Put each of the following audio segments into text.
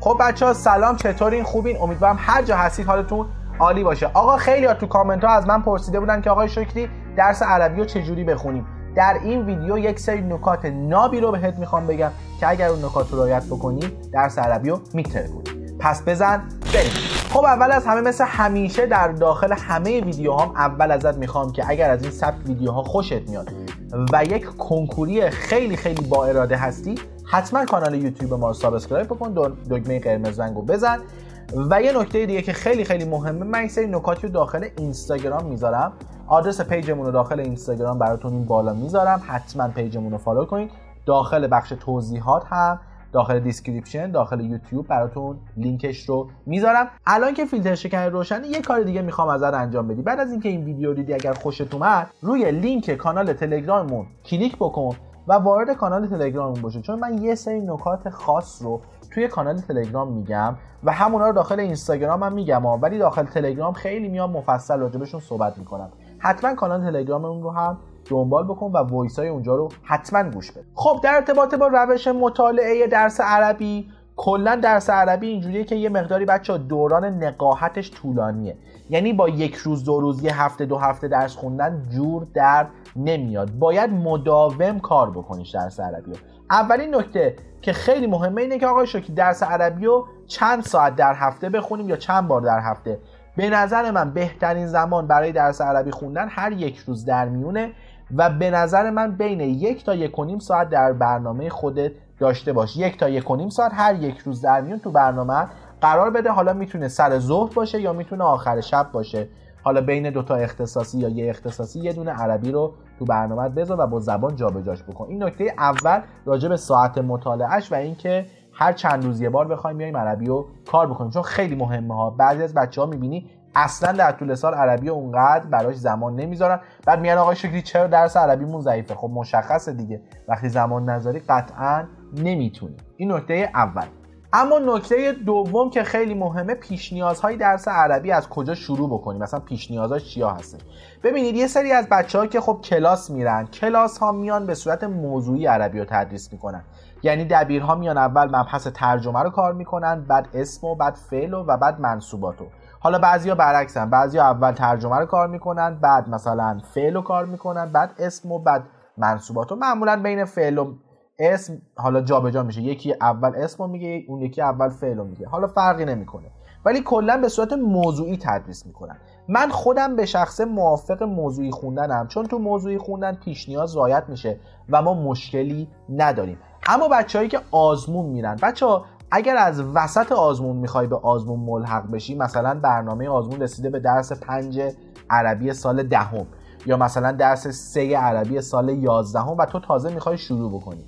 خب بچه‌ها سلام، چطورین؟ خوبین؟ امیدوارم هر جا هستید حالتون عالی باشه. آقا خیلی‌ها تو کامنت ها از من پرسیده بودن که آقای شکری درس عربی رو چجوری بخونیم. در این ویدیو یک سری نکات نابی رو بهت میخوام بگم که اگر اون نکات رو رعایت بکنی درس عربی رو میترکونی. پس بزن بریم. خب اول از همه مثل همیشه در داخل همه ویدیوهام اول ازت میخوام که اگر از این سبک ویدیوها خوشت میاد و یک کنکوری خیلی خیلی با اراده هستی، حتما کانال یوتیوب ما رو سابسکرایب بکن، دکمه قرمز رنگو بزن. و یه نکته دیگه که خیلی خیلی مهمه، من این سری نکاتی رو داخل اینستاگرام میذارم. آدرس پیجمون رو داخل اینستاگرام براتون این بالا میذارم، حتما پیجمون رو فالو کنید. داخل بخش توضیحات هم، داخل دیسکریپشن، داخل یوتیوب براتون لینکش رو میذارم. الان که فیلتر شکن روشنه، یه کار دیگه میخوام ازت انجام بدی. بعد از اینکه این ویدیو دیدی، اگر خوشت اومد، روی لینک کانال تلگراممون کلیک بکن و وارد کانال تلگراممون باشه، چون من یه سری نکات خاص رو توی کانال تلگرام میگم و همونا رو داخل اینستاگرام هم میگم ولی داخل تلگرام خیلی میام مفصل راجبشون صحبت میکنم. حتما کانال تلگراممون رو هم دنبال بکن و وایسای اونجا رو حتما گوش بده. خب در ارتباط با روش مطالعه درس عربی، کلا درس عربی اینجوریه که یه مقداری بچه‌ها دوران نقاهتش طولانیه، یعنی با یک روز دو روز یه هفته دو هفته درس خوندن جور در نمیاد. باید مداوم کار بکنیش درس عربی رو. اولین نکته که خیلی مهمه اینه که آقای شوکی درس عربی رو چند ساعت در هفته بخونیم یا چند بار در هفته. به نظر من بهترین زمان برای درس عربی خوندن هر یک روز در میونه و به نظر من بین 1 تا 1.5 ساعت در برنامه خودت داشته باش. 1 تا 1.5 ساعت هر یک روز در میون تو برنامه قرار بده. حالا میتونه سر ظهر باشه یا میتونه آخر شب باشه. حالا بین 2 تا اختصاصی یا یه اختصاصی یه دونه عربی رو تو برنامه بذار و با زبان جابجاش بکن. این نکته اول راجع به ساعت مطالعهش و اینکه هر چند روز یه بار بخوایم بیایم عربی رو کار بکنیم، چون خیلی مهمه ها. بعضی از بچه‌ها می‌بینی اصلا در طول سال عربی اونقدر براش زمان نمیذارن، بعد میگن آقای شکری چرا درس عربیمون ضعیفه. خب مشخصه دیگه، وقتی زمان نذاری قطعا نمیتونی. این نکته اول. اما نکته دوم که خیلی مهمه، پیش نیازهای درس عربی از کجا شروع بکنیم، مثلا پیش نیازاش چیا هستن. ببینید یه سری از بچه‌ها که خب کلاس میرن، کلاس ها میان به صورت موضوعی عربی رو تدریس میکنن. یعنی دبیرها میان اول مبحث ترجمه رو کار میکنن، بعد اسم و بعد فعل و بعد منصوباتو. حالا بعضیا برعکسن، بعضیا اول ترجمه رو کار میکنن، بعد مثلا فعل رو کار میکنن، بعد اسم و بعد منصوباتو. معمولا بین فعل و اسم حالا جابجا میشه، یکی اول اسمو میگه، اون یکی اول فعلو میگه، حالا فرقی نمیکنه، ولی کلا به صورت موضوعی تدریس میکنن. من خودم به شخصه موافق موضوعی خوندنم، چون تو موضوعی خوندن پیش نیاز رعایت میشه و ما مشکلی نداریم. اما بچه‌هایی که آزمون میرن، بچه‌ها اگر از وسط آزمون میخوای به آزمون ملحق بشی، مثلا برنامه آزمون رسیده به درس 5 عربی سال 10 یا مثلا درس 3 عربی سال 11 و تو تازه میخوای شروع بکنی،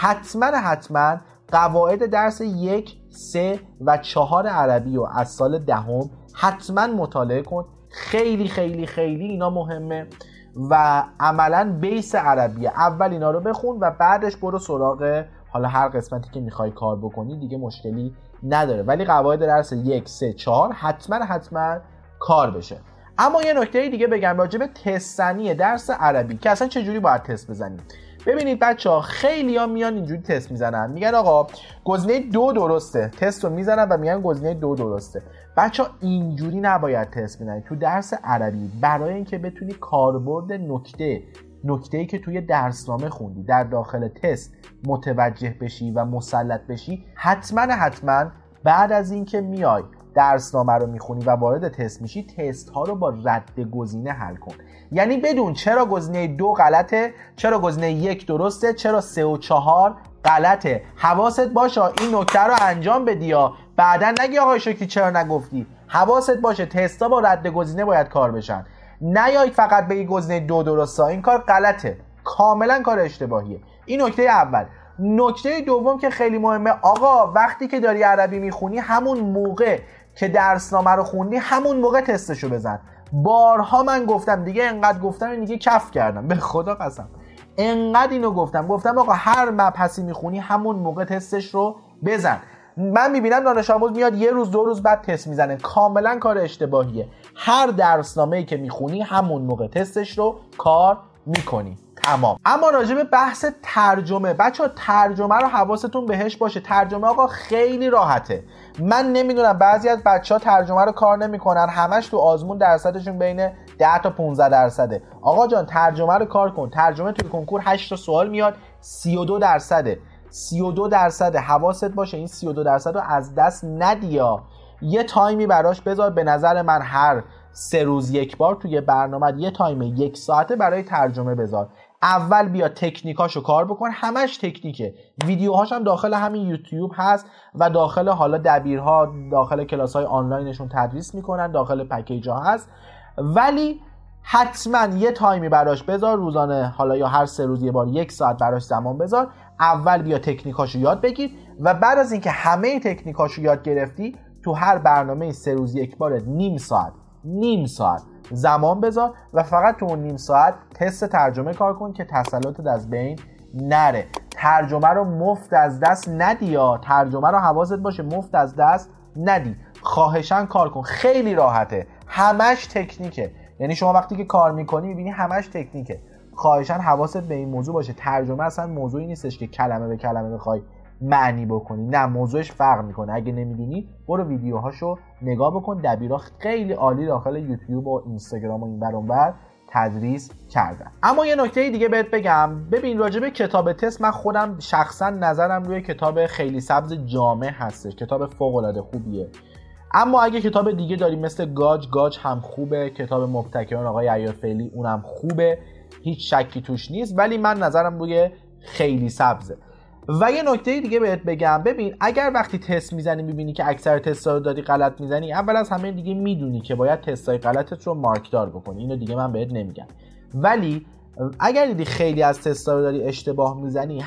حتما قواعد درس 1، 3 و 4 عربی رو از سال 10 حتما مطالعه کن. خیلی خیلی خیلی اینا مهمه و عملا بیس عربیه. اول اینا رو بخون و بعدش برو سراغ حالا هر قسمتی که میخوای کار بکنی، دیگه مشکلی نداره، ولی قواعد درس 1، 3، 4 حتما کار بشه. اما یه نکته دیگه بگم راجع به تستنی درس عربی که اصلا چجوری باید تست بزنیم. ببینید بچه‌ها خیلی‌ها میان اینجوری تست میزنن، میگن آقا گزینه 2 درسته، تست رو میزنن و میگن گزینه 2 درسته. بچه‌ها اینجوری نباید تست بزنید. تو درس عربی برای اینکه بتونی کاربرد نکته‌ای که توی درسنامه خوندی در داخل تست متوجه بشی و مسلط بشی، حتما بعد از اینکه میای درسنامه رو میخونی و وارد تست میشی، تست ها رو با رد گزینه حل کن. یعنی بدون چرا گزینه 2 غلطه، چرا گزینه 1 درسته، چرا 3 و 4 غلطه. حواست باشه این نکته رو انجام بدی یا بعدن نگی آقای شکری چرا نگفتی. حواست باشه تستا با رد گزینه باید کار بشن، نیای فقط بگی گزینه 2 درسته. این کار غلطه، کاملا کار اشتباهیه. این نکته اول. نکته دوم که خیلی مهمه، آقا وقتی که داری عربی میخونی، همون موقع که درسنامه رو خوندی همون موقع تستشو بزن. بارها من گفتم دیگه، انقدر گفتم دیگه کف کردم، به خدا قسم انقدر اینو گفتم آقا هر مبحثی میخونی همون موقع تستش رو بزن. من میبینم دانش آموز میاد 1 روز 2 روز بعد تست میزنه، کاملا کار اشتباهیه. هر درسنامه‌ای که میخونی همون موقع تستش رو کار میکنی، تمام. اما راجع به بحث ترجمه، بچه‌ها ترجمه رو حواستون بهش باشه. ترجمه آقا خیلی راحته. من نمیدونم بعضی از بچه‌ها ترجمه رو کار نمیکنن، همش تو آزمون درصدشون بین 10 تا 15%. آقا جان ترجمه رو کار کن. ترجمه توی کنکور 8 تا سوال میاد، 32%. 32%. حواست باشه این 32% رو از دست ندیا. یه تایمی براش بذار. به نظر من هر 3 روز یک بار توی برنامه یه تایم 1 ساعته برای ترجمه بذار. اول بیا تکنیکاشو کار بکن، همش تکنیکه. ویدیوهاش هم داخل همین یوتیوب هست و داخل حالا دبیرها داخل کلاس‌های آنلاینشون تدریس میکنن، داخل پکیج ها هست. ولی حتما یه تایمی براش بذار روزانه، حالا یا هر 3 روز یه بار 1 ساعت براش زمان بذار. اول بیا تکنیکاشو یاد بگیر و بعد از اینکه همه تکنیکاشو یاد گرفتی تو هر برنامه 3 روز یک بار نیم ساعت زمان بذار و فقط تو اون نیم ساعت تست ترجمه کار کن که تسلطت از بین نره. ترجمه رو مفت از دست ندی، یا ترجمه رو حواست باشه مفت از دست ندی. خواهشاً کار کن، خیلی راحته، همش تکنیکه. یعنی شما وقتی که کار میکنی میبینی همش تکنیکه. خواهشاً حواست به این موضوع باشه. ترجمه اصلا موضوعی نیستش که کلمه به کلمه بخوای معنی بکنی، نه، موضوعش فرق میکنه. اگه نمیدونی برو ویدیوهاشو نگاه بکن. دبیرا خیلی عالی داخل یوتیوب و اینستاگرام و این ور اون ور تدریس کردن. اما یه نکته دیگه بهت بگم، ببین راجب کتاب تست، من خودم شخصا نظرم روی کتاب خیلی سبز جامع هستش. کتاب فوق العاده خوبیه. اما اگه کتاب دیگه داری مثل گاج هم خوبه. کتاب مبتکران آقای عیارفعلی اونم خوبه، هیچ شکی توش نیست. ولی من نظرم روی خیلی سبزه. و یه نکته دیگه بهت بگم، ببین اگر وقتی تست میزنی میبینی که اکثر تست‌ها رو داری غلط میزنی، اول از همه دیگه میدونی که باید تست‌های غلطت رو مارکدار بکنی. اینو دیگه من بهت نمیگم. ولی اگر دیدی خیلی از تست‌ها رو داری اشتباه میزنی،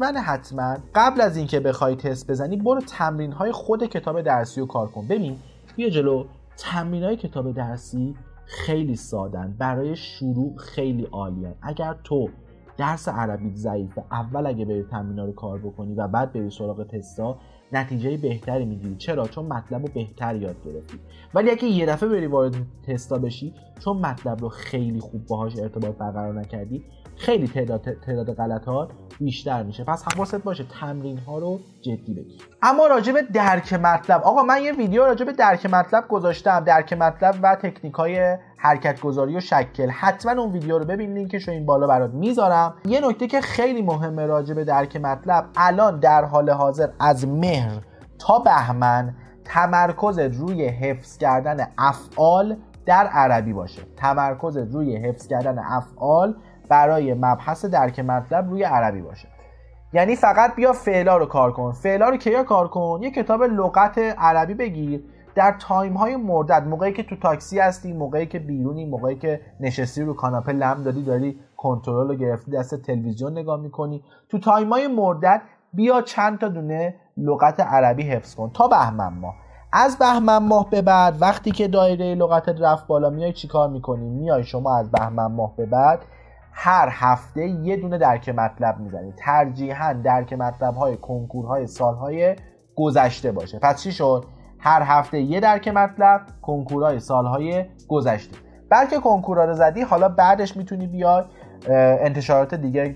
حتما قبل از اینکه بخوای تست بزنی برو تمرین‌های خود کتاب درسی رو کار کن. ببین بیا جلو، تمرین‌های کتاب درسی خیلی سادن، برای شروع خیلی عالیه. اگر تو درس عربی ضعیفه، اول اگه بری تمرین‌ها رو کار بکنی و بعد بری سراغ تستا، نتیجه بهتری میگیری. چرا؟ چون مطلب رو بهتر یاد گرفتی. ولی اگه یه دفعه بری وارد تستا بشی، چون مطلب رو خیلی خوب باهاش ارتباط برقرار نکردی، خیلی تعداد غلطات بیشتر میشه. پس حواست باشه تمرین ها رو جدی بگیر. اما راجع به درک مطلب، آقا من یه ویدیو راجع به درک مطلب گذاشتم، درک مطلب و تکنیک های حرکت گذاری و شکل. حتما اون ویدیو رو ببین، لینکش رو این بالا برات میذارم. یه نکته که خیلی مهمه راجع به درک مطلب، الان در حال حاضر از مهر تا بهمن تمرکز روی حفظ کردن افعال در عربی باشه. تمرکز روی حفظ کردن افعال برای مبحث درک مطلب روی عربی باشه. یعنی فقط بیا فعلا رو کار کن. فعلا رو کیا کار کن؟ یه کتاب لغت عربی بگیر، در تایم های مردد، موقعی که تو تاکسی هستی، موقعی که بیرونی، موقعی که نشستی رو کاناپه لم داری کنترل رو گرفتی دست تلویزیون نگاه میکنی، تو تایم های مردد بیا چند تا دونه لغت عربی حفظ کن تا بهمن ماه. از بهمن ماه به بعد وقتی که دایره لغتت رفت بالا، میای چی کار میکنی؟ میای شما از بهمن ماه به بعد هر هفته یه دونه درک مطلب میزنی. ترجیحاً درک مطلب های کنکورهای سالهای گذشته باشه. پس چی شد؟ هر هفته یه درک مطلب، کنکورهای سالهای گذشته. بلکه کنکورها رو زدی، حالا بعدش میتونی بیای انتشارات دیگه،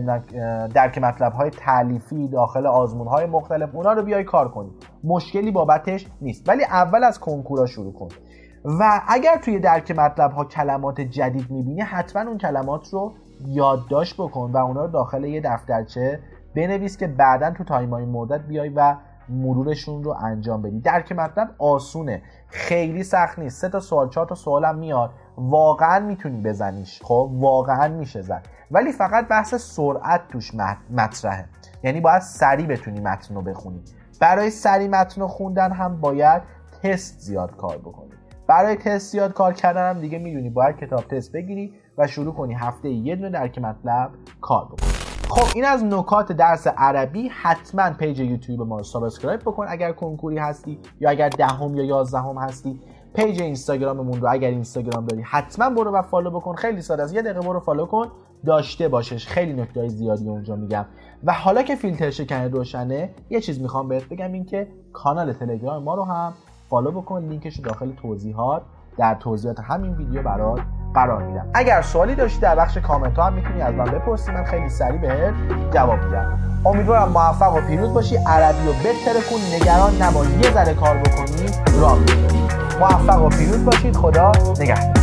درک مطلب های تالیفی داخل آزمون های مختلف، اونا رو بیای کار کنی، مشکلی بابتش نیست. ولی اول از کنکورها شروع کن. و اگر توی درک مطلب ها کلمات جدید میبینی، حتما اون کلمات رو یادداشت بکن و اونا رو داخل یه دفترچه بنویس که بعداً تو تایم‌های مردد بیای و مرورشون رو انجام بدی. درک مطلب آسونه، خیلی سخت نیست. 3 تا سوال 4 تا سوال هم میاد، واقعا میتونی بزنیش. خب واقعا میشه زد، ولی فقط بحث سرعت توش مطرحه. یعنی باید سریع بتونی متن رو بخونی. برای سریع متن رو خوندن هم باید تست زیاد کار بکنی. برای تست زیاد کار کردن هم دیگه میدونی باید کتاب تست بگیری و شروع کنی هفته یه دونه درک مطلب کار بکنی. خب این از نکات درس عربی. حتما پیج یوتیوب ما رو سابسکرایب بکن اگر کنکوری هستی، یا اگر 10 یا 11 هستی. پیج اینستاگراممون رو اگر اینستاگرام داری حتما برو و فالو بکن. خیلی ساده است، 1 دقیقه برو فالو کن، داشته باشش. خیلی نکته‌های زیادی اونجا میگم. و حالا که فیلتر شکن روشنه، یه چیز میخوام بهت بگم، این که کانال تلگرام ما رو هم فالو بکن. لینکش رو داخل توضیحات، در توضیحات همین ویدیو برات قرار میدم. اگر سوالی داشتی در بخش کامنت ها هم میتونی از من بپرسی، من خیلی سریع بهت جواب میدم. امیدوارم موفق و پیروز باشی. عربی رو بهتر کن، نگران نباش، یه ذره کار بکنی راه می‌افتی. موفق و پیروز باشید. خدا نگهدار.